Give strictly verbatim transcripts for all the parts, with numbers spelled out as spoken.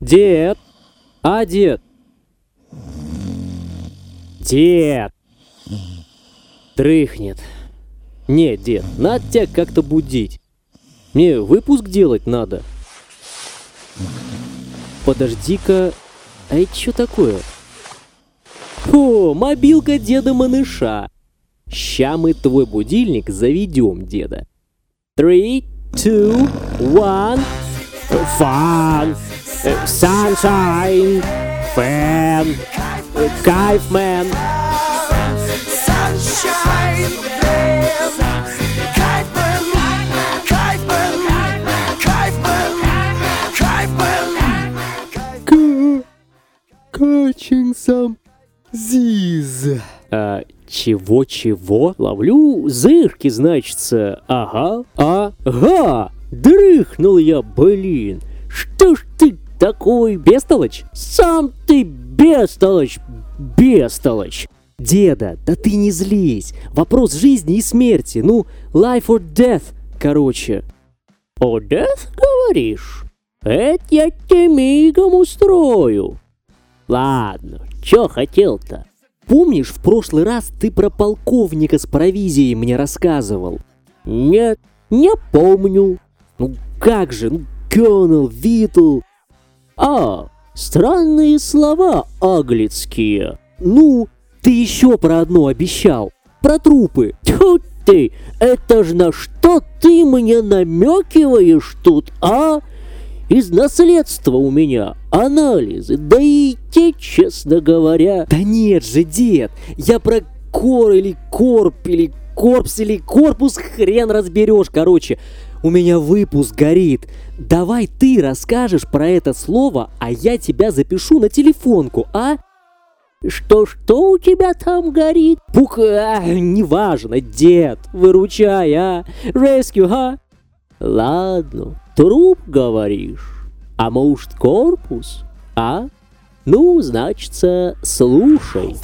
Дед! А, дед! Дед! Дрыхнет. Нет, дед, надо тебя как-то будить. Мне выпуск делать надо. Подожди-ка, а это что такое? О, мобилка деда Маныша. Ща мы твой будильник заведем, деда. Three, two, one. Fun, sunshine, fan, кайф, man. Sunshine, кайф, man, кайф, man, кайф, man, кайф, man. Catching some Z's. А, чего-чего? Ловлю зырки, значится. Ага, ага. Дрыхнул я, блин. Что ж ты такой бестолочь? Сам ты бестолочь, бестолочь. Деда, да ты не злись. Вопрос жизни и смерти. Ну, life or death, короче. О, death, говоришь? Это я тебе мигом устрою. Ладно, чё хотел-то? Помнишь, в прошлый раз ты про полковника с провизией мне рассказывал? Нет, не помню. Ну как же, ну Colonel Витл. А, странные слова аглицкие. Ну, ты еще про одно обещал. Про трупы. Тьфу ты, это ж на что ты мне намекиваешь тут, а? Из наследства у меня анализы, да и те, честно говоря. Да нет же, дед, я про кор или корп, или корпс, или корпус, хрен разберешь, короче. У меня выпуск горит. Давай ты расскажешь про это слово, а я тебя запишу на телефонку, а? Что-что у тебя там горит? Пух, а, неважно, дед, выручай, а? Rescue, а? Ладно, труп, говоришь? А может, корпус, а? Ну, значится, слушай.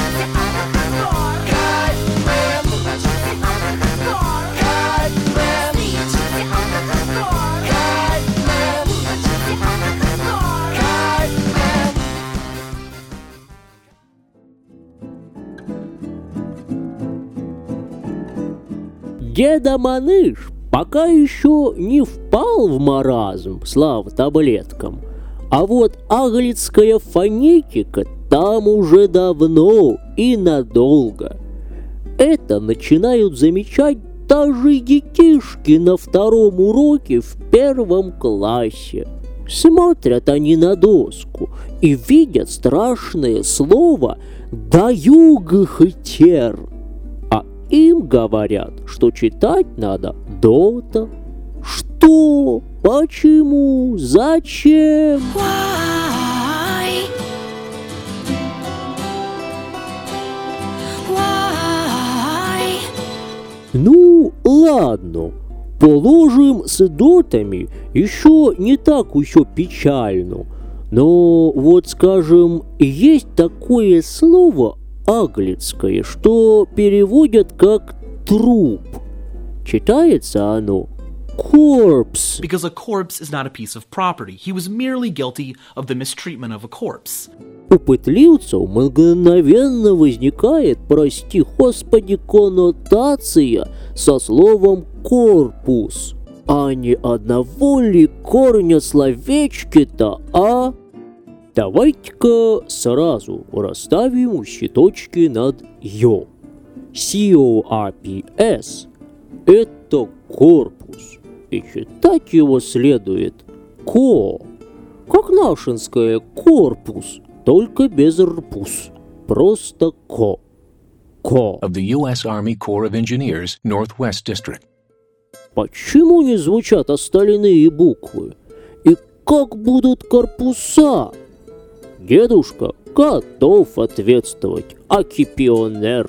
Деда Маныш пока еще не впал в маразм, слава таблеткам. А вот аглицкая фонетика там уже давно и надолго. Это начинают замечать даже детишки на втором уроке в первом классе. Смотрят они на доску и видят страшное слово «даюгхтер». Им говорят, что читать надо дота. Что? Почему? Зачем? Why? Why? Ну, ладно. Положим, с дотами еще не так еще печально. Но вот, скажем, есть такое слово аглицкое, что переводят как труп. Читается оно corpse. Because a corpse is not a piece of property. He was merely guilty of the mistreatment of a corpse. У пытливцев мгновенно возникает, прости господи, коннотация со словом корпус. А ни одного ли корня словечки-то, а? Давайте-ка сразу расставим щиточки над «ё». C-O-R-P-S – это корпус, и читать его следует «ко», как нашинское «корпус», только без «рпус», просто «ко». «Ко». Of the U S Army Corps of Engineers, Northwest District. Почему не звучат остальные буквы? И как будут корпуса? Дедушка готов ответствовать, аки пионер.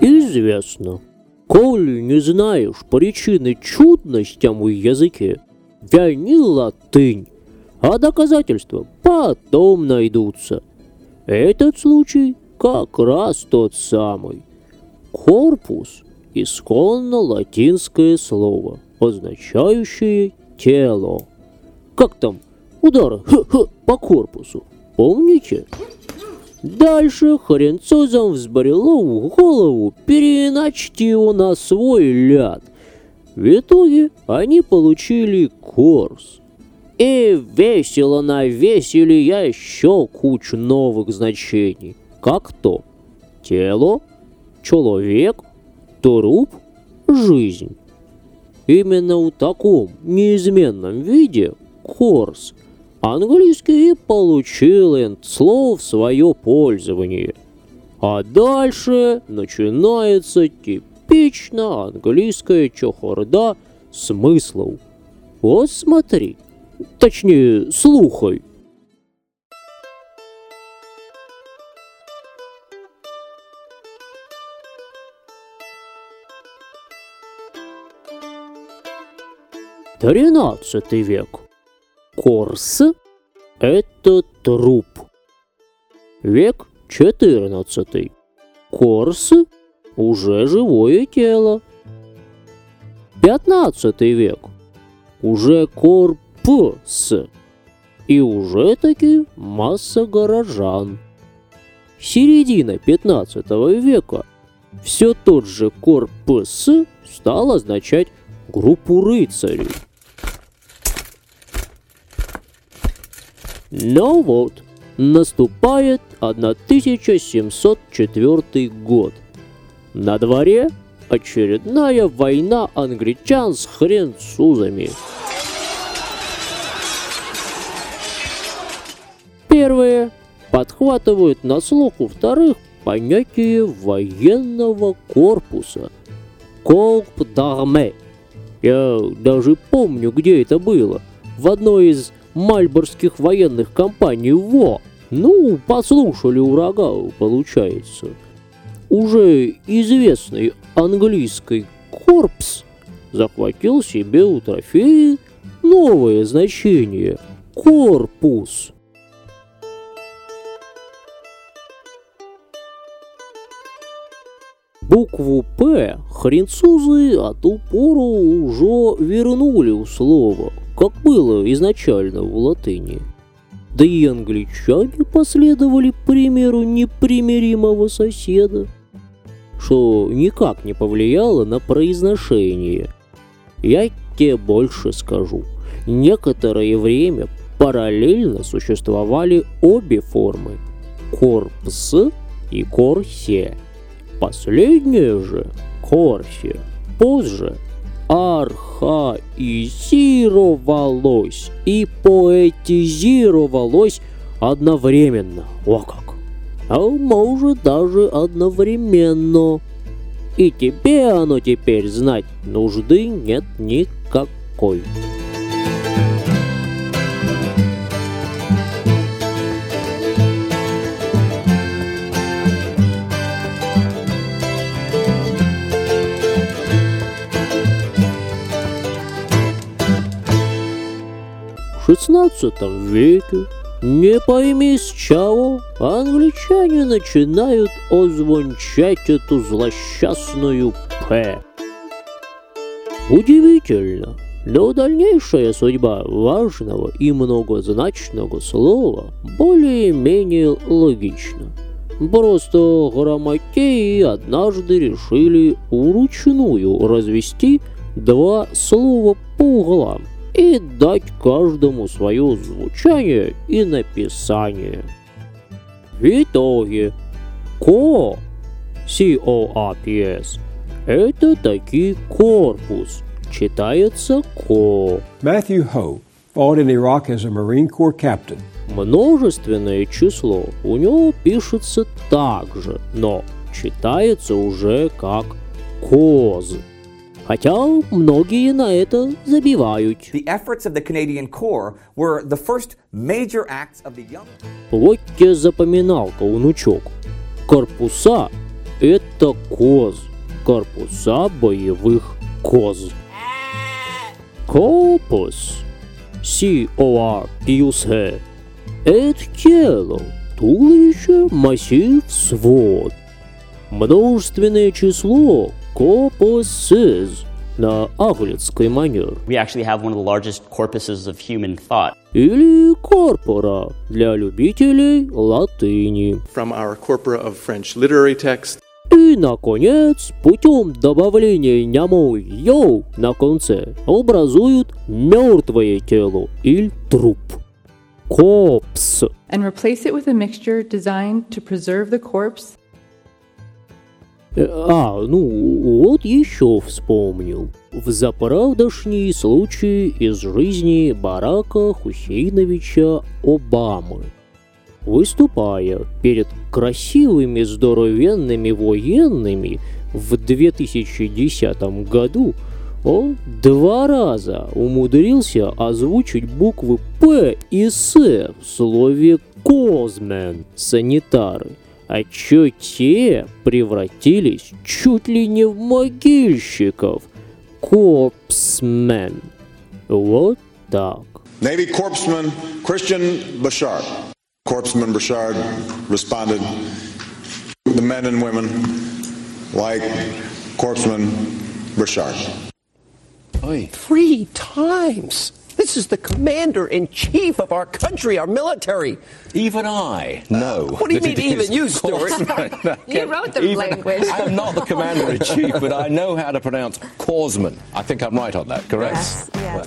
Известно, коли не знаешь причины чудностям в языке, Я не латынь, а доказательства потом найдутся. Этот случай как раз тот самый. Корпус – исконно латинское слово, означающее тело. Как там удары х-х, по корпусу, помните? Дальше хренцозам взбрело в голову переиначить его на свой ляд. В итоге они получили корс. И весело навесили еще кучу новых значений. Как то тело, человек, труп, жизнь. Именно в таком неизменном виде корс английский и получил слов в свое пользование. А дальше начинается типично английская чехарда смыслов. Вот смотри, точнее, слухай. Тринадцатый век. Корс – это труп. Век четырнадцатый. Корс – уже живое тело. Пятнадцатый век. Уже корпус. И уже таки масса горожан. Середина пятнадцатого века. Все тот же корпус стал означать группу рыцарей. Но вот, наступает тысяча семьсот четвёртый год. На дворе очередная война англичан с французами. Первые подхватывают на слух у вторых понятие военного корпуса. Корп d'armée. Я даже помню, где это было. В одной из мальборских военных компаний. Во! Ну, послушали урагау, получается. Уже известный английский корпс захватил себе у трофея новое значение – корпус. Букву «П» французы от упору уже вернули у слова, как было изначально в латыни. Да и англичане последовали примеру непримиримого соседа, что никак не повлияло на произношение. Я тебе больше скажу. Некоторое время параллельно существовали обе формы – корпс и корсе. Последнее же, корсе, позже архаизировалось и поэтизировалось одновременно. О как! А может даже одновременно. И тебе оно теперь знать нужды нет никакой. В шестнадцатом веке, не пойми с чего, англичане начинают озвончать эту злосчастную «П». Удивительно, но дальнейшая судьба важного и многозначного слова более-менее логична. Просто грамотеи однажды решили вручную развести два слова по углам и дать каждому свое звучание и написание. В итоге ко, C-O-R-P-S, это таки корпус, читается ко. Matthew Ho fought in Iraq as a Marine Corps captain. Множественное число у него пишется так же, но читается уже как коз. Хотя многие на это забивают. The efforts of the Canadian Corps were the first major acts of the young. Вот тебе запоминалка, внучок. Корпуса – это коз. Корпуса боевых коз. Корпус си о ар пи эс. Это тело, туловище, массив, свод. Множественное число corpuses на английский манер. We actually have one of the largest corpuses of human thought. Или corpora для любителей латыни. From our corpora of French literary text. И, наконец, путем добавления немой «ё» на конце образуют мертвое тело или труп. Corpse. And replace it with a mixture designed to preserve the corpse. А, ну, вот еще вспомнил. В заправдошний случай из жизни Барака Хусейновича Обамы. Выступая перед красивыми здоровенными военными в две тысячи десятом году, он два раза умудрился озвучить буквы «П» и «С» в слове «козмен» — санитары, а чё те превратились чуть ли не в могильщиков — «корпсмен». Вот так. Navy Corpsman Christian Bashard. Corpsman Bashard responded, the men and women like Corpsman Bashard. Three times. This is the commander-in-chief of our country, our military. Even I know. What do you mean, even you, Stuart? You wrote the even, language. I'm not the commander-in-chief, but I know how to pronounce Korsman. I think I'm right on that, correct? Yes, yes.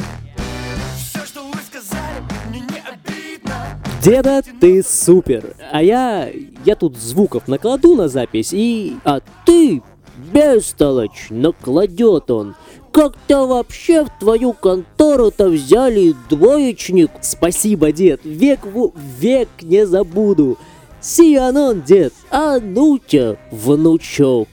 Деда, ты супер! А я... я тут звуков накладу на запись и... А ты, бестолочь, накладет он. Как-то вообще в твою контору-то взяли двоечник? Спасибо, дед, век в... век не забуду. Сианон, дед, а ну-тя, внучок.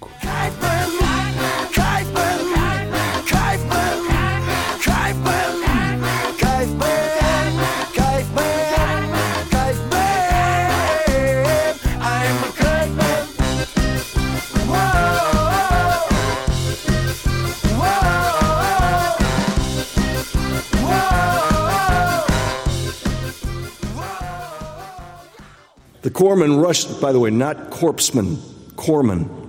The corpsman rushed, by the way, not corpsman, corpsman.